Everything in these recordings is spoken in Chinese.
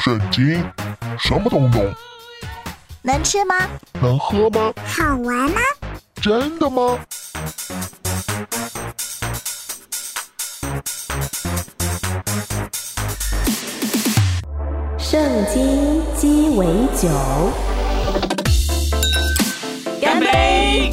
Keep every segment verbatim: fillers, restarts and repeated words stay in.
圣经，什么都懂。 能吃吗？ 能喝吗？ 好玩吗？ 真的吗？ 圣经鸡尾酒， 干杯！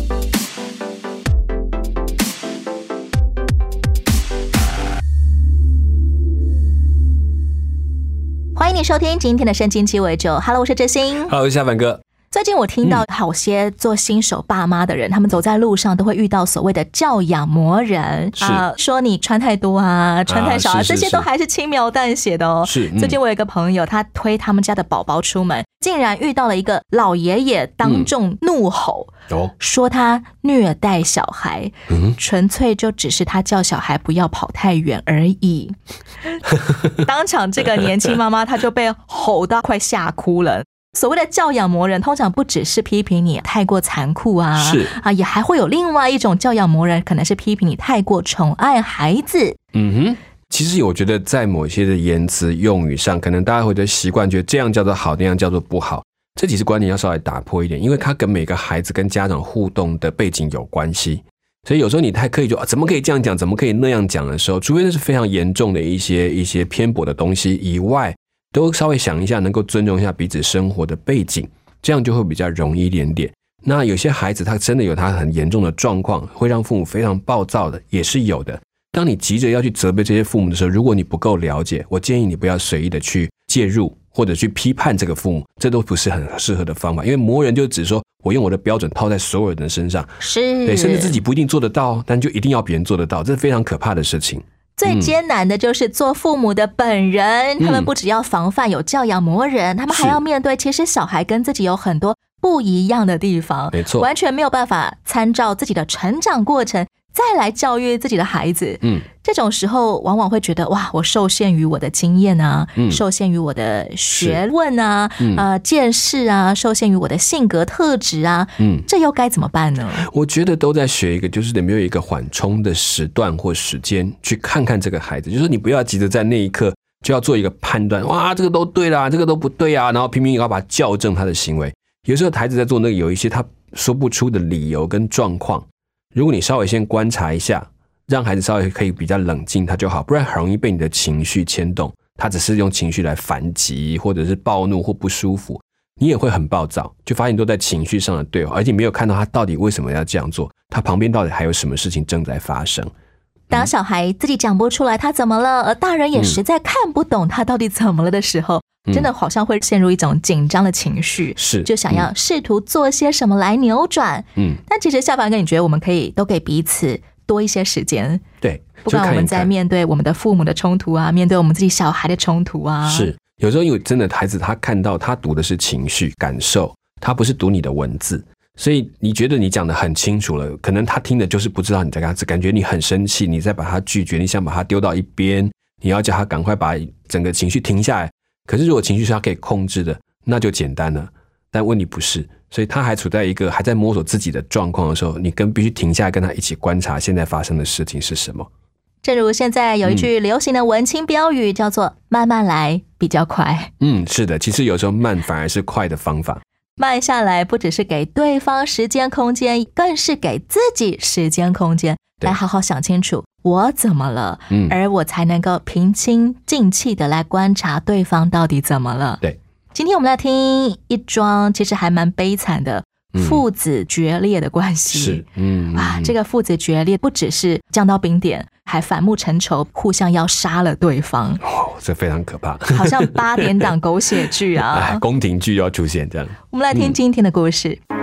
欢迎你收听今天的圣经鸡尾酒。Hello， 我是志兴。 Hello， 我是夏凡哥。 最近我听到好些做新手爸妈的人，嗯、他们走在路上都会遇到所谓的教养魔人啊、呃，说你穿太多啊，穿太少啊，啊是是是这些都还是轻描淡写的哦。 是，嗯、 最近我有一个朋友，他推他们家的宝宝出门，竟然遇到了一个老爷爷当众怒吼，嗯哦、说他虐待小孩，嗯、纯粹就只是他叫小孩不要跑太远而已。当场这个年轻妈妈，她就被吼到快吓哭了。所谓的教养魔人，通常不只是批评你太过残酷啊， 是啊，也还会有另外一种教养魔人，可能是批评你太过宠爱孩子。 嗯哼，其实我觉得在某些的言辞用语上，可能大家会习惯觉得这样叫做好，那样叫做不好。这几次观点要稍微打破一点，因为它跟每个孩子跟家长互动的背景有关系。所以有时候你太刻意就、啊、怎么可以这样讲，怎么可以那样讲的时候，除非那是非常严重的一些一些偏颇的东西以外，都稍微想一下，能够尊重一下彼此生活的背景，这样就会比较容易一点点。那有些孩子他真的有他很严重的状况，会让父母非常暴躁的，也是有的。当你急着要去责备这些父母的时候，如果你不够了解，我建议你不要随意的去介入或者去批判这个父母，这都不是很适合的方法。因为魔人就只说我用我的标准套在所有人的身上， 是对，甚至自己不一定做得到，但就一定要别人做得到，这是非常可怕的事情。 最艰难的就是做父母的本人、嗯、他们不只要防范有教养魔人，他们还要面对其实小孩跟自己有很多不一样的地方， 没错， 完全没有办法参照自己的成长过程再来教育自己的孩子。嗯，这种时候往往会觉得哇，我受限于我的经验啊、嗯、受限于我的学问啊、嗯呃、见识啊，受限于我的性格特质啊，嗯，这又该怎么办呢？ 我觉得都在学一个，就是有没有一个缓冲的时段或时间去看看这个孩子，就是你不要急着在那一刻就要做一个判断，哇，这个都对啦，这个都不对啊，然后拼命要把它校正他的行为。有时候孩子在做那个有一些他说不出的理由跟状况，如果你稍微先观察一下，让孩子稍微可以比较冷静他就好，不然很容易被你的情绪牵动，他只是用情绪来反击或者是暴怒或不舒服，你也会很暴躁，就发现都在情绪上的对话，而且没有看到他到底为什么要这样做，他旁边到底还有什么事情正在发生。 当小孩自己讲不出来他怎么了，而大人也实在看不懂他到底怎么了的时候、嗯、真的好像会陷入一种紧张的情绪， 是就想要试图做些什么来扭转。嗯，但其实夏凡哥，你觉得我们可以都给彼此多一些时间， 对， 不管我们在面对我们的父母的冲突啊，面对我们自己小孩的冲突啊， 是有时候因为真的孩子他看到他读的是情绪感受，他不是读你的文字，所以你觉得你讲得很清楚了，可能他听的就是不知道你在跟他，感觉你很生气，你在把他拒绝，你想把他丢到一边，你要叫他赶快把整个情绪停下来。可是如果情绪是他可以控制的，那就简单了，但问题不是，所以他还处在一个还在摸索自己的状况的时候，你跟必须停下来跟他一起观察现在发生的事情是什么。 正如现在有一句流行的文青标语、嗯、叫做慢慢来比较快。 嗯，是的，其实有时候慢反而是快的方法。 慢下来不只是给对方时间空间，更是给自己时间空间，来好好想清楚我怎么了、嗯、而我才能够平心静气的来观察对方到底怎么了。 对， 今天我们来听一桩其实还蛮悲惨的父子决裂的关系。 是，嗯啊，这个父子决裂不只是降到冰点，还反目成仇，互相要杀了对方。 哦，这非常可怕， 好像八点档狗血剧啊， 哎，宫廷剧要出现这样。 我们来听今天的故事。 嗯、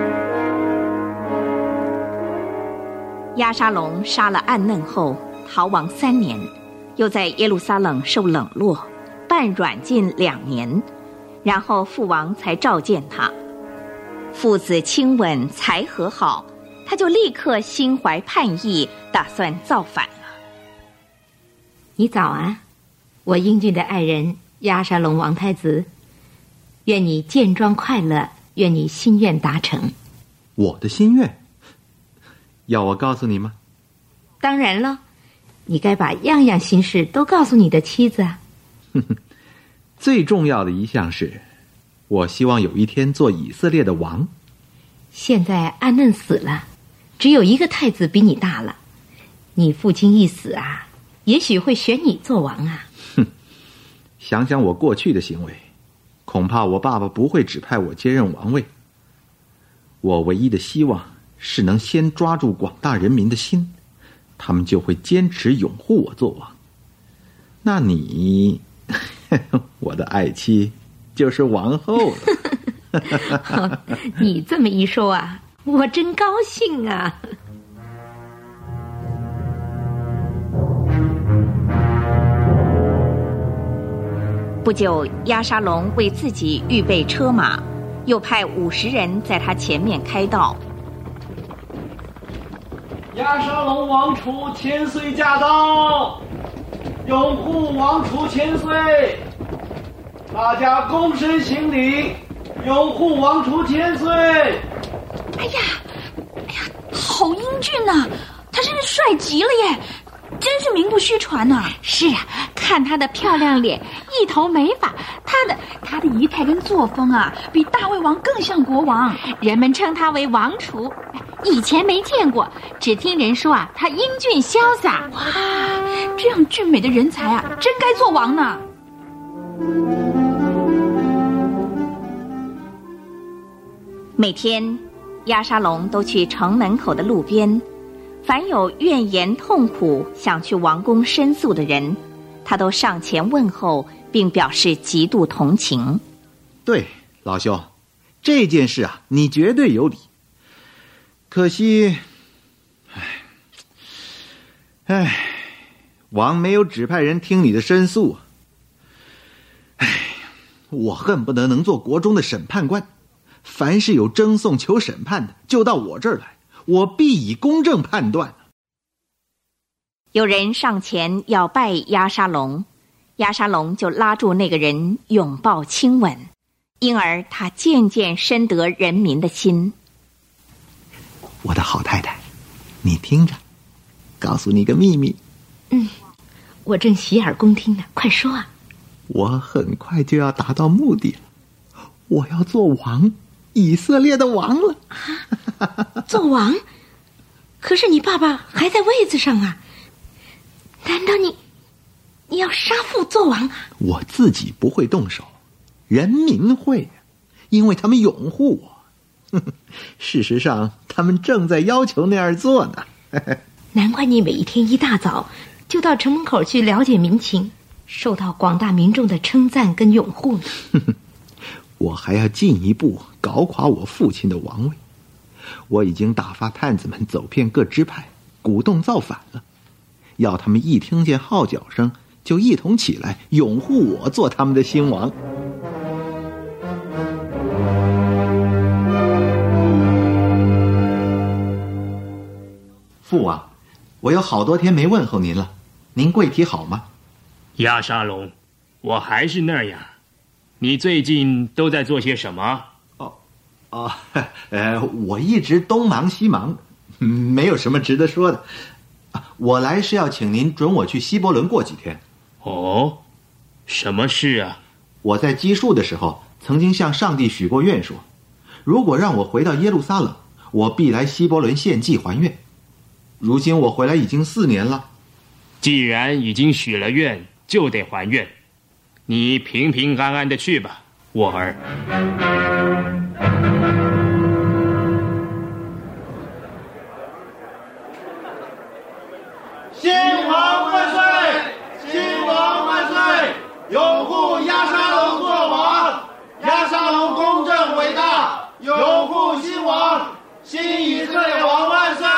押沙龙杀了暗嫩后逃亡三年，又在耶路撒冷受冷落，半软禁两年，然后父王才召见他。父子亲吻才和好，他就立刻心怀叛意，打算造反了。 你早啊，我英俊的爱人押沙龙王太子，愿你健壮快乐，愿你心愿达成。 我的心愿？要我告诉你吗？ 当然了，你该把样样心事都告诉你的妻子啊。 最重要的一项是，我希望有一天做以色列的王。 现在暗嫩死了，只有一个太子比你大了。你父亲一死啊，也许会选你做王啊。 哼，想想我过去的行为，恐怕我爸爸不会指派我接任王位。我唯一的希望是能先抓住广大人民的心，他们就会坚持拥护我做王。那你，我的爱妻，就是王后了。 你这么一说啊，我真高兴啊。 不久，押沙龙为自己预备车马，又派五十人在他前面开道。 押沙龙王储千岁驾到，拥护王储千岁，大家躬身行礼，拥护王储千岁。 哎呀，哎呀，好英俊呐、啊！他真是帅极了耶，真是名不虚传呐、啊。 是啊，看他的漂亮脸，一头美发，他的他的仪态跟作风啊，比大卫王更像国王。 人们称他为王储，以前没见过，只听人说啊，他英俊潇洒。 哇，这样俊美的人才啊，真该做王呢。 每天，押沙龙都去城门口的路边，凡有怨言痛苦想去王宫申诉的人，他都上前问候，并表示极度同情。 对，老兄，这件事啊，你绝对有理。可惜，唉，唉，王没有指派人听你的申诉啊。唉，我恨不得能做国中的审判官，凡是有争讼求审判的，就到我这儿来，我必以公正判断。 有人上前要拜押沙龙，押沙龙就拉住那个人拥抱亲吻，因而他渐渐深得人民的心。 我的好太太，你听着，告诉你个秘密。 嗯，我正洗耳恭听呢，快说啊。 我很快就要达到目的了，我要做王，以色列的王了。 啊，做王？可是你爸爸还在位子上啊，难道你你要杀父做王啊？ 我自己不会动手，人民会，因为他们拥护我。事实上，他们正在要求那样做呢。 难怪你每一天一大早就到城门口去了解民情，受到广大民众的称赞跟拥护呢。 我还要进一步搞垮我父亲的王位。我已经打发探子们走遍各支派，鼓动造反了，要他们一听见号角声就一同起来拥护我做他们的新王。父王，我有好多天没问候您了，您贵体好吗？ 押沙龙，我还是那样。你最近都在做些什么？ 哦，哦，呃，我一直东忙西忙，没有什么值得说的。我来是要请您准我去希伯伦过几天。 哦，什么事啊？ 我在基述的时候，曾经向上帝许过愿说，如果让我回到耶路撒冷，我必来希伯伦献祭还愿。如今我回来已经四年了。 既然已经许了愿，就得还愿。你平平安安的去吧，我儿。 新王万岁！新王万岁！拥护押沙龙做王，押沙龙公正伟大，拥护新王，新以色列王万岁！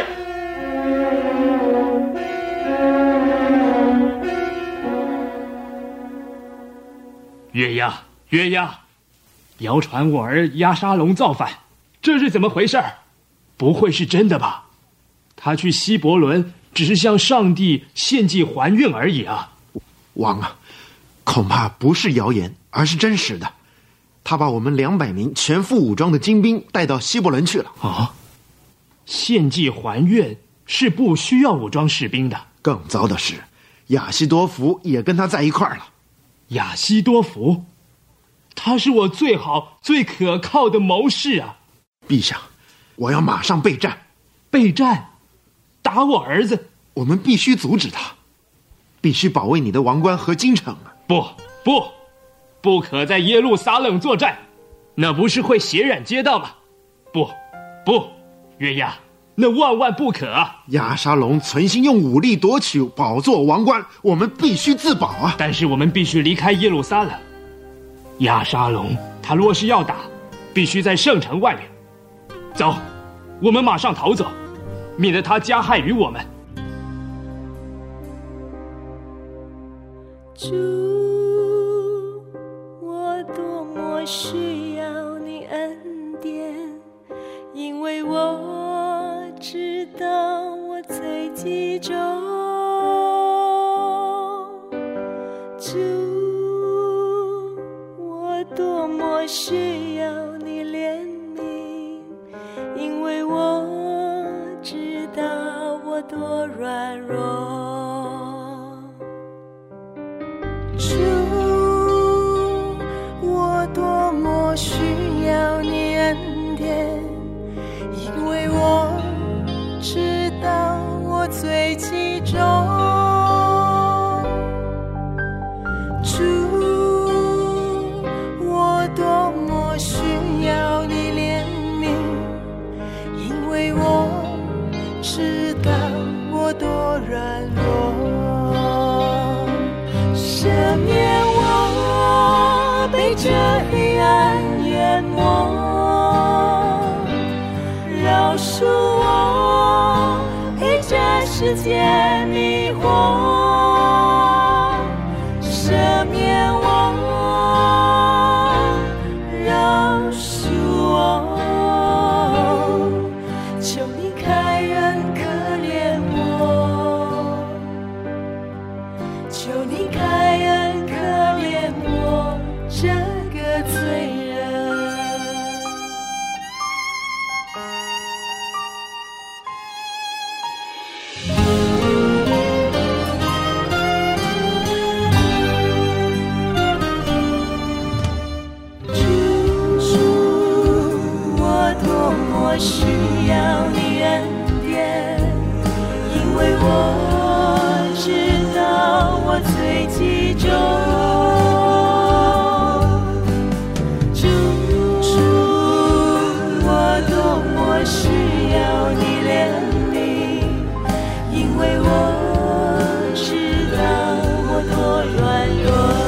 约押，约押，谣传我儿押沙龙造反，这是怎么回事？不会是真的吧？他去希伯伦只是向上帝献祭还愿而已啊！ 王啊，恐怕不是谣言，而是真实的。他把我们两百名全副武装的精兵带到希伯伦去了。 啊，献祭还愿是不需要武装士兵的。 更糟的是，亚西多福也跟他在一块儿了。 亚希多弗，他是我最好最可靠的谋士啊！ 陛下，我要马上备战。 备战？打我儿子？ 我们必须阻止他，必须保卫你的王冠和京城啊！ 不不，不可在耶路撒冷作战，那不是会血染街道吗？不不，约押，那万万不可啊！ 押沙龙存心用武力夺取宝座王冠，我们必须自保啊！ 但是我们必须离开耶路撒冷。押沙龙他若是要打，必须在圣城外面。走，我们马上逃走，免得他加害于我们。 主，我多么需要你恩典，因为我知道我最集中。主，我多么需要你怜悯，因为我知道我多软弱。主，我多么需要你恩典，因为我知道我最集中。主，我多么需要你怜悯，因为我知道我多软弱。赦免我被这黑暗淹没，饶恕我被这世界迷惑，赦免我，饶恕我，求你开恩可怜我，求你开恩可怜我这个罪人。我需要你恩典，因为我知道我最集中。主，我多么需要你怜悯，因为我知道我多软弱。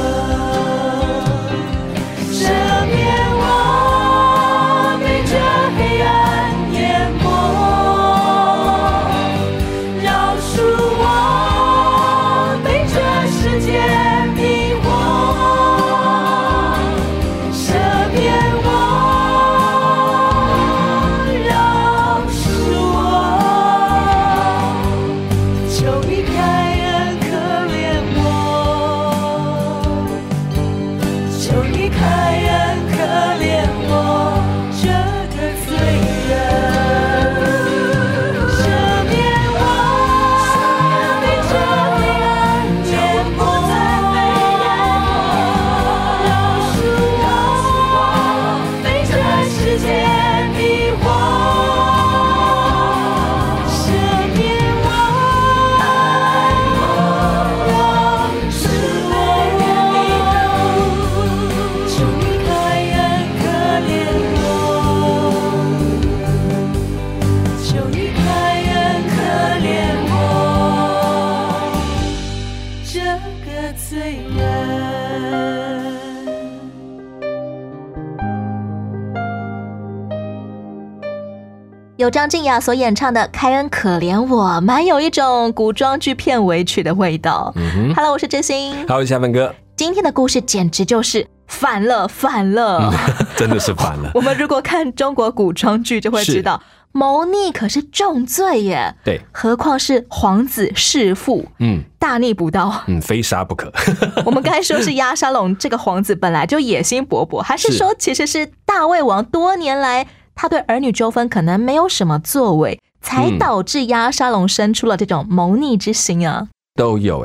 赦免我被这黑暗淹没，饶恕我被这世界迷惑，赦免我，饶恕我，求你开恩可怜我，求你开恩可怜我这个罪人。赦免我被这黑暗淹没，饶恕我被这世界迷惑，赦免我，饶恕我，求你开恩可怜我，求你开恩可怜我这个罪人。 由张静雅所演唱的《开恩可怜我》，蛮有一种古装剧片尾曲的味道。 嗯、 Hello， 我是知心。 Hello， 我是夏芬哥。 今天的故事简直就是反了，反了， 嗯、真的是反了。 我们如果看中国古装剧，就会知道谋逆可是重罪耶。 对， 何况是皇子弑父，嗯，大逆不道， 嗯，非杀不可。 我们刚才说是押沙龙这个皇子本来就野心勃勃，还是说其实是大卫王多年来他对儿女纠纷可能没有什么作为，才导致押沙龙生出了这种谋逆之心啊？ 都有哎、欸。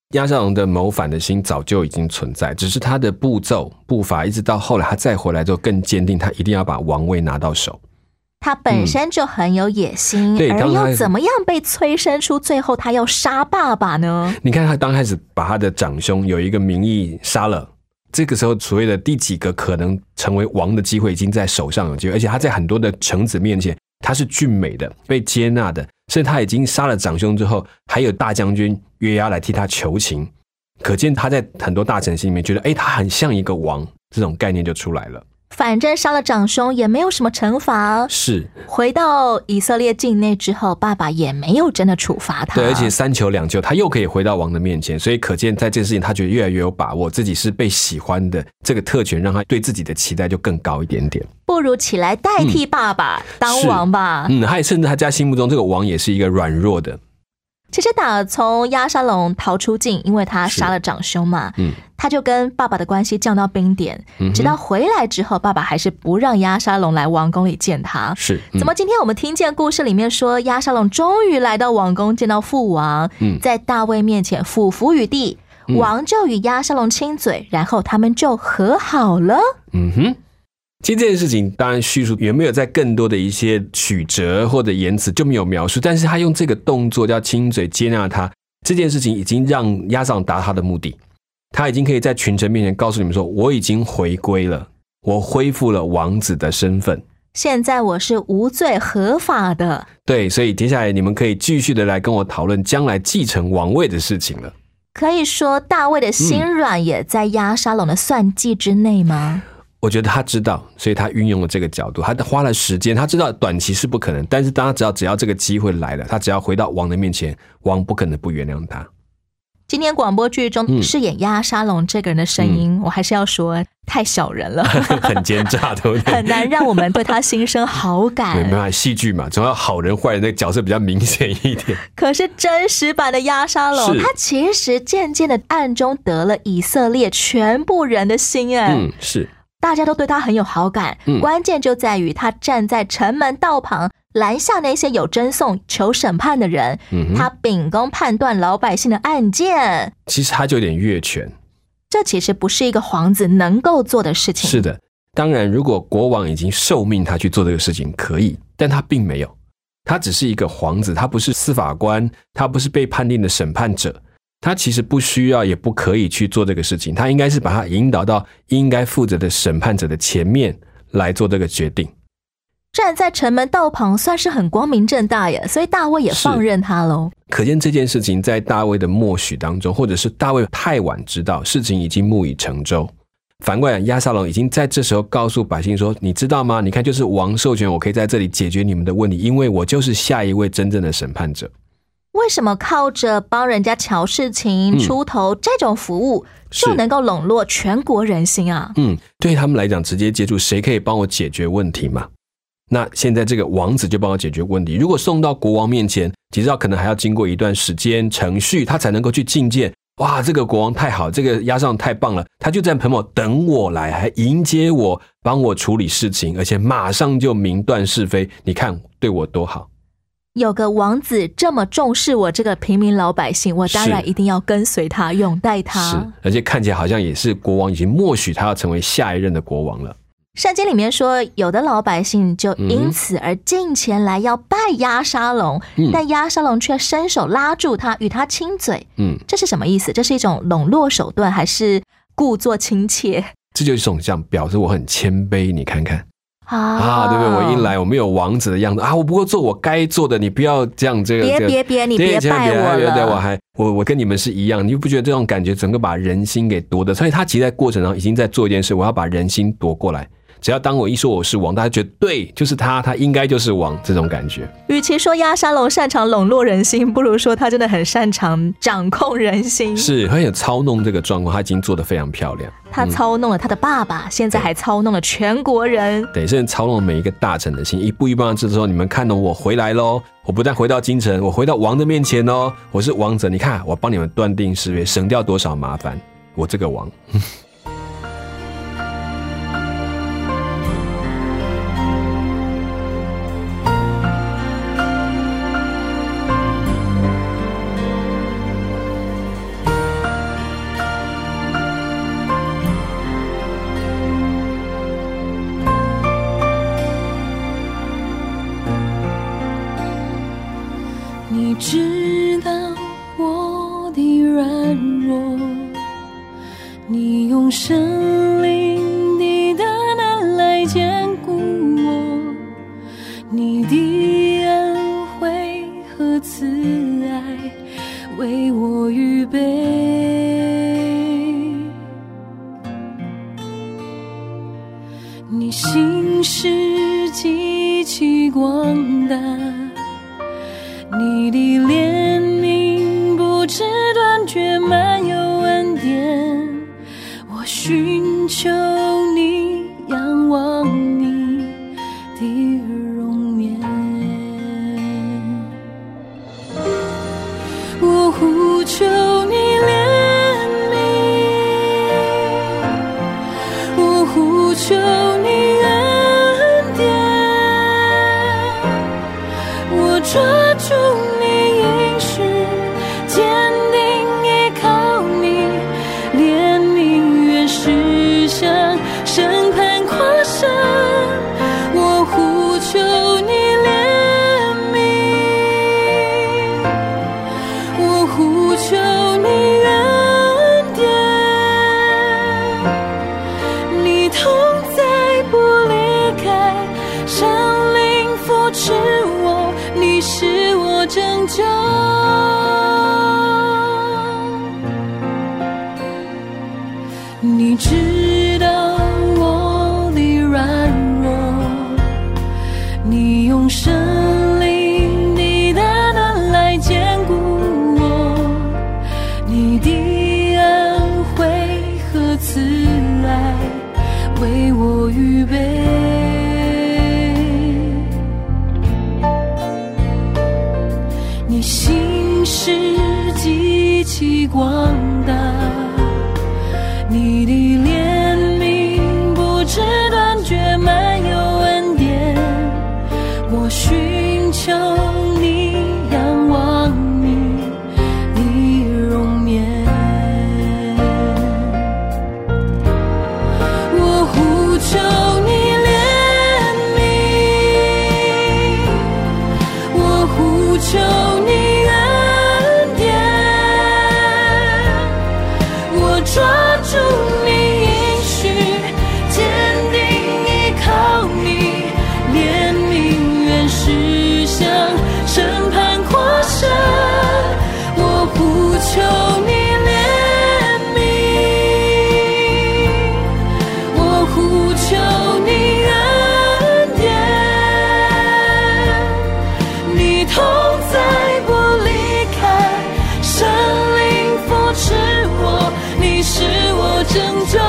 押沙龙的谋反的心早就已经存在，只是他的步骤步伐一直到后来他再回来之后更坚定，他一定要把王位拿到手。 他本身就很有野心、嗯、而又怎么样被催生出最后他要杀爸爸呢？你看他刚开始把他的长兄有一个名义杀了，这个时候所谓的第几个可能成为王的机会已经在手上有机会，而且他在很多的臣子面前他是俊美的被接纳的，甚至他已经杀了长兄之后还有大将军约押来替他求情，可见他在很多大臣心里面觉得诶他很像一个王，这种概念就出来了。 反正杀了长兄也没有什么惩罚， 是回到以色列境内之后爸爸也没有真的处罚他， 对，而且三求两救他又可以回到王的面前，所以可见在这个事情他觉得越来越有把握，自己是被喜欢的，这个特权让他对自己的期待就更高一点点， 不如起来代替爸爸、嗯、当王吧。 嗯，他也甚至他在心目中这个王也是一个软弱的。 其实打从押沙龙逃出境，因为他杀了长兄嘛，嗯，他就跟爸爸的关系降到冰点、嗯、直到回来之后爸爸还是不让押沙龙来王宫里见他。 是、 嗯、怎么今天我们听见故事里面说押沙龙终于来到王宫见到父王、嗯、在大卫面前俯伏于地、嗯、王就与押沙龙亲嘴，然后他们就和好了。 嗯哼，其实这件事情当然叙述有没有在更多的一些曲折或者言辞就没有描述，但是他用这个动作叫亲嘴接纳他，这件事情已经让押沙龙达他的目的，他已经可以在群臣面前告诉你们说我已经回归了，我恢复了王子的身份， 现在我是无罪合法的。 对，所以接下来你们可以继续的来跟我讨论将来继承王位的事情了。 可以说大卫的心软也在押沙龙的算计之内吗？ 我觉得他知道，所以他运用了这个角度，他花了时间，他知道短期是不可能，但是当他只要只要这个机会来了，他只要回到王的面前，王不可能不原谅他。 今天广播剧中饰演押沙龙这个人的声音、嗯、我还是要说太小人了很奸诈，对不对？ 很难让我们对他心生好感。 没办法，戏剧嘛，总要好人坏人的角色比较明显一点。 可是真实版的押沙龙他其实渐渐的暗中得了以色列全部人的心。哎， 嗯，是大家都对他很有好感、嗯、关键就在于他站在城门道旁拦下那些有争讼求审判的人、嗯、他秉公判断老百姓的案件， 其实他就有点越权， 这其实不是一个皇子能够做的事情。 是的，当然如果国王已经受命他去做这个事情可以，但他并没有，他只是一个皇子，他不是司法官，他不是被判定的审判者，他其实不需要也不可以去做这个事情，他应该是把他引导到应该负责的审判者的前面来做这个决定。 站在城门道旁算是很光明正大耶，所以大卫也放任他咯。 可见这件事情在大卫的默许当中，或者是大卫太晚知道，事情已经木已成舟。反过来押沙龙已经在这时候告诉百姓说，你知道吗，你看就是王授权我可以在这里解决你们的问题，因为我就是下一位真正的审判者。 为什么靠着帮人家瞧事情、嗯、出头这种服务就能够笼络全国人心啊？ 嗯，对他们来讲直接接触谁可以帮我解决问题嘛？那现在这个王子就帮我解决问题，如果送到国王面前，其实可能还要经过一段时间程序，他才能够去觐见。哇，这个国王太好，这个押沙龙太棒了，他就在旁边等我来，还迎接我，帮我处理事情，而且马上就明断是非，你看对我多好。 有个王子这么重视我这个平民老百姓，我当然一定要跟随他，拥戴他。 是，而且看起来好像也是国王已经默许他要成为下一任的国王了。 圣经里面说有的老百姓就因此而进前来要拜押沙龙、嗯、但押沙龙却伸手拉住他与他亲嘴、嗯、这是什么意思？这是一种笼络手段还是故作亲切？ 这就是一种像表示我很谦卑，你看看啊, 啊，对不对？我一来我没有王子的样子啊，我不过做我该做的，你不要这样这个别别别，你别拜我了， 对，我还我我跟你们是一样，你不觉得这种感觉整个把人心给夺的？所以他其实在过程中已经在做一件事，我要把人心夺过来。只要当我一说我是王，大家觉得对，就是他，他应该就是王，这种感觉。 与其说押沙龙擅长笼络人心，不如说他真的很擅长掌控人心。 是，他有操弄这个状况，他已经做得非常漂亮。 他操弄了他的爸爸、嗯、现在还操弄了全国人。 对，甚至操弄了每一个大臣的心，一步一步让之后，你们看到我回来咯，我不但回到京城，我回到王的面前哦，我是王者，你看我帮你们断定是非，省掉多少麻烦，我这个王。 你用生灵的大能来坚固我，你的恩惠和慈爱为我预备。你心事极其广大，你的怜悯不知断绝，满有恩典。我寻求你，仰望你的容颜。我呼求你怜悯，我呼求你恩典，我抓住你应许，坚定依靠你，怜悯原是向审判跨山。我呼求你怜悯，我呼求你恩典，你同在不离开，圣灵扶持我，你是我拯救。你知道我的软弱，你用生灵的大能来坚固我，你的恩惠和慈爱为我预备。你心事极其广大，你的怜悯不知断绝，满有恩典。我寻求你，仰望你的容颜。我呼求你怜悯，我呼求你恩典，我抓住你应许，坚定依靠你，怜悯原是向审判跨山。我呼求你怜悯，我呼求你恩典，你同在不离开，圣灵扶持我，你是我拯救。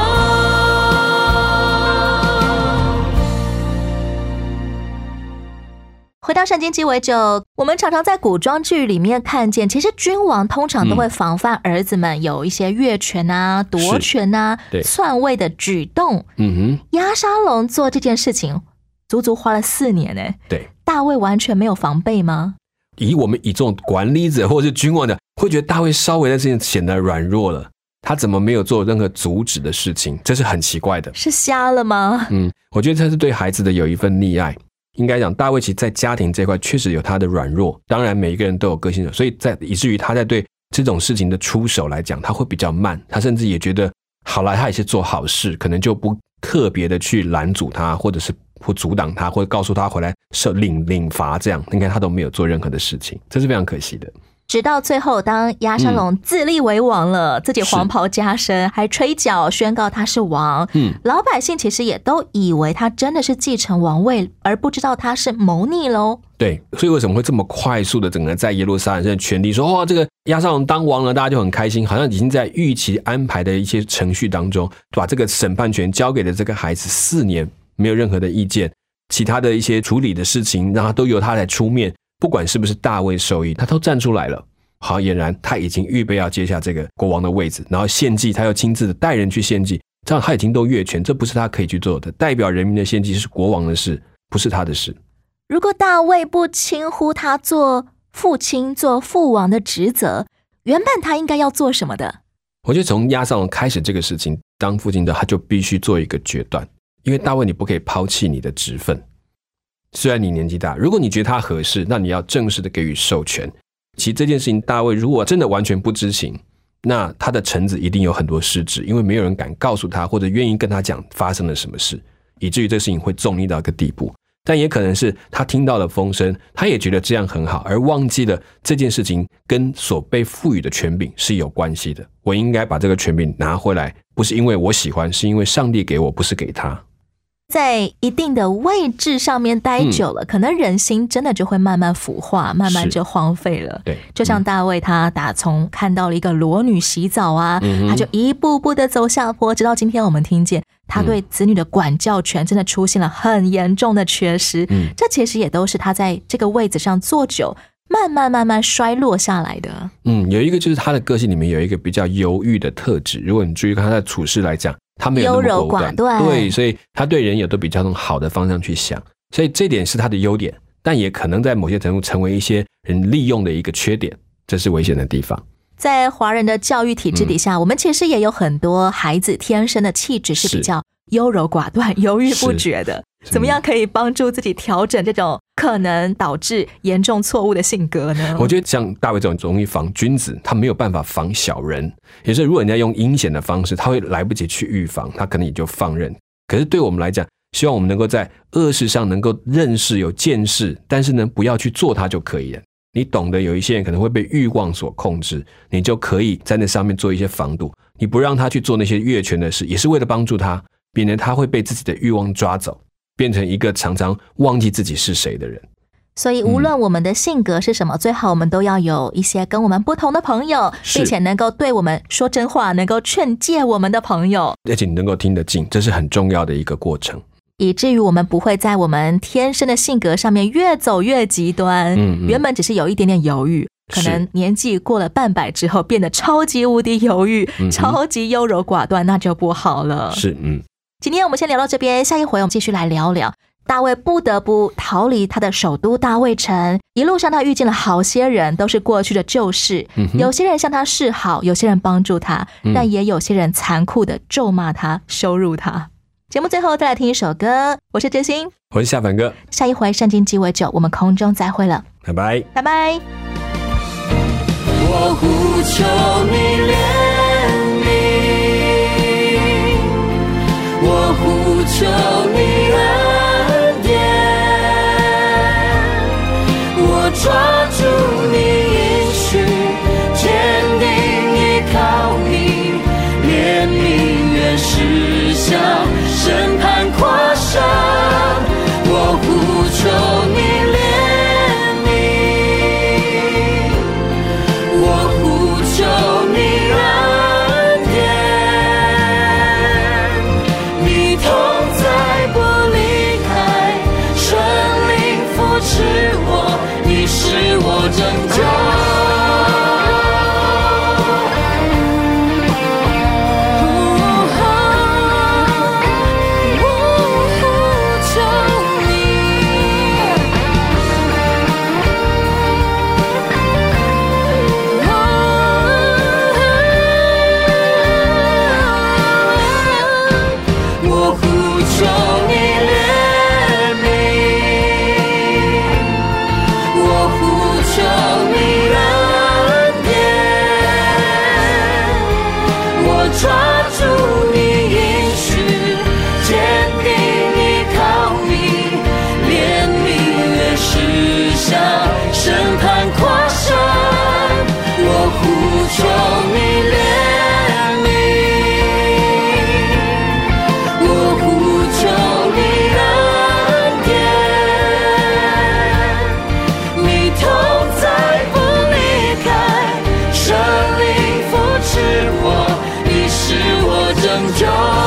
回到圣经鸡尾酒，我们常常在古装剧里面看见，其实君王通常都会防范儿子们有一些越权啊、夺权啊、篡位的举动。嗯哼，押沙龙做这件事情，足足花了四年呢。 对， 大卫完全没有防备吗？ 以我们以这种管理者或是君王的，会觉得大卫稍微在这件显得软弱了，他怎么没有做任何阻止的事情？这是很奇怪的。 是瞎了吗？ 嗯，我觉得这是对孩子的有一份溺爱。应该讲，大卫其实在家庭这块确实有他的软弱，当然每一个人都有个性，所以在以至于他在对这种事情的出手来讲，他会比较慢，他甚至也觉得好了，他也是做好事，可能就不特别的去拦阻他，或者是或阻挡他，或者告诉他回来受领领罚，这样你看他都没有做任何的事情，这是非常可惜的。 直到最后，当押沙龙自立为王了，嗯、自己黄袍加身，还吹角宣告他是王。嗯，老百姓其实也都以为他真的是继承王位，而不知道他是谋逆喽。 对，所以为什么会这么快速的整个在耶路撒冷的权力说，哦，这个押沙龙当王了，大家就很开心，好像已经在预期安排的一些程序当中，把这个审判权交给了这个孩子四年，没有任何的意见，其他的一些处理的事情，让他都由他来出面。不管是不是大卫受益，他都站出来了。好，俨然他已经预备要接下这个国王的位置，然后献祭，他要亲自的带人去献祭，这样他已经都越权，这不是他可以去做的。代表人民的献祭是国王的事，不是他的事。 如果大卫不轻忽他做父亲、做父王的职责，原本他应该要做什么的？ 我觉得从押沙龙开始这个事情，当父亲的他就必须做一个决断，因为大卫你不可以抛弃你的职分。虽然你年纪大，如果你觉得他合适，那你要正式的给予授权。其实这件事情大卫如果真的完全不知情， 那他的臣子一定有很多失职，因为没有人敢告诉他或者愿意跟他讲发生了什么事，以至于这个事情会纵逆到一个地步。但也可能是他听到了风声，他也觉得这样很好，而忘记了这件事情跟所被赋予的权柄是有关系的。我应该把这个权柄拿回来，不是因为我喜欢，是因为上帝给我，不是给他。 在一定的位置上面待久了、嗯、可能人心真的就会慢慢腐化，慢慢就荒废了。对，就像大卫他打从看到了一个裸女洗澡啊、嗯、他就一步步的走下坡，直到今天我们听见他对子女的管教权真的出现了很严重的缺失、嗯、这其实也都是他在这个位置上坐久慢慢慢慢衰落下来的。嗯， 有一个就是他的个性里面有一个比较犹豫的特质，如果你注意看他的处事来讲，他没有那么优柔寡断， 对，所以他对人也都比较从好的方向去想，所以这点是他的优点，但也可能在某些程度成为一些人利用的一个缺点，这是危险的地方。 在华人的教育体制底下、嗯、我们其实也有很多孩子天生的气质是比较优柔寡断、犹豫不决的，怎么样可以帮助自己调整这种可能导致严重错误的性格呢？ 我觉得像大卫这种容易防君子，他没有办法防小人，也是如果人家用阴险的方式，他会来不及去预防，他可能也就放任。可是对我们来讲，希望我们能够在恶事上能够认识有见识，但是呢不要去做它就可以了。你懂得有一些人可能会被欲望所控制，你就可以在那上面做一些防堵，你不让他去做那些越权的事，也是为了帮助他，免得他会被自己的欲望抓走，变成一个常常忘记自己是谁的人。 所以无论我们的性格是什么、嗯、最好我们都要有一些跟我们不同的朋友，并且能够对我们说真话，能够劝诫我们的朋友， 而且你能够听得进，这是很重要的一个过程， 以至于我们不会在我们天生的性格上面越走越极端。嗯嗯，原本只是有一点点犹豫，可能年纪过了半百之后变得超级无敌犹豫、嗯、超级优柔寡断，那就不好了。是，嗯。今天我们先聊到这边，下一回我们继续来聊聊大卫不得不逃离他的首都大卫城，一路上他遇见了好些人，都是过去的旧事、嗯、有些人向他示好，有些人帮助他、嗯、但也有些人残酷的咒骂他，羞辱他。节目最后再来听一首歌，我是真心， 我是夏凡哥， 下一回圣经鸡尾酒我们空中再会了， 拜拜拜拜。 我呼求你怜悯，我呼求你恩典，我抓住你应许，坚定依靠你，怜悯原是向审判跨上，我呼求你怜悯，我呼求你恩典，你同在不离开，圣灵扶持我，你是我拯救。拯救。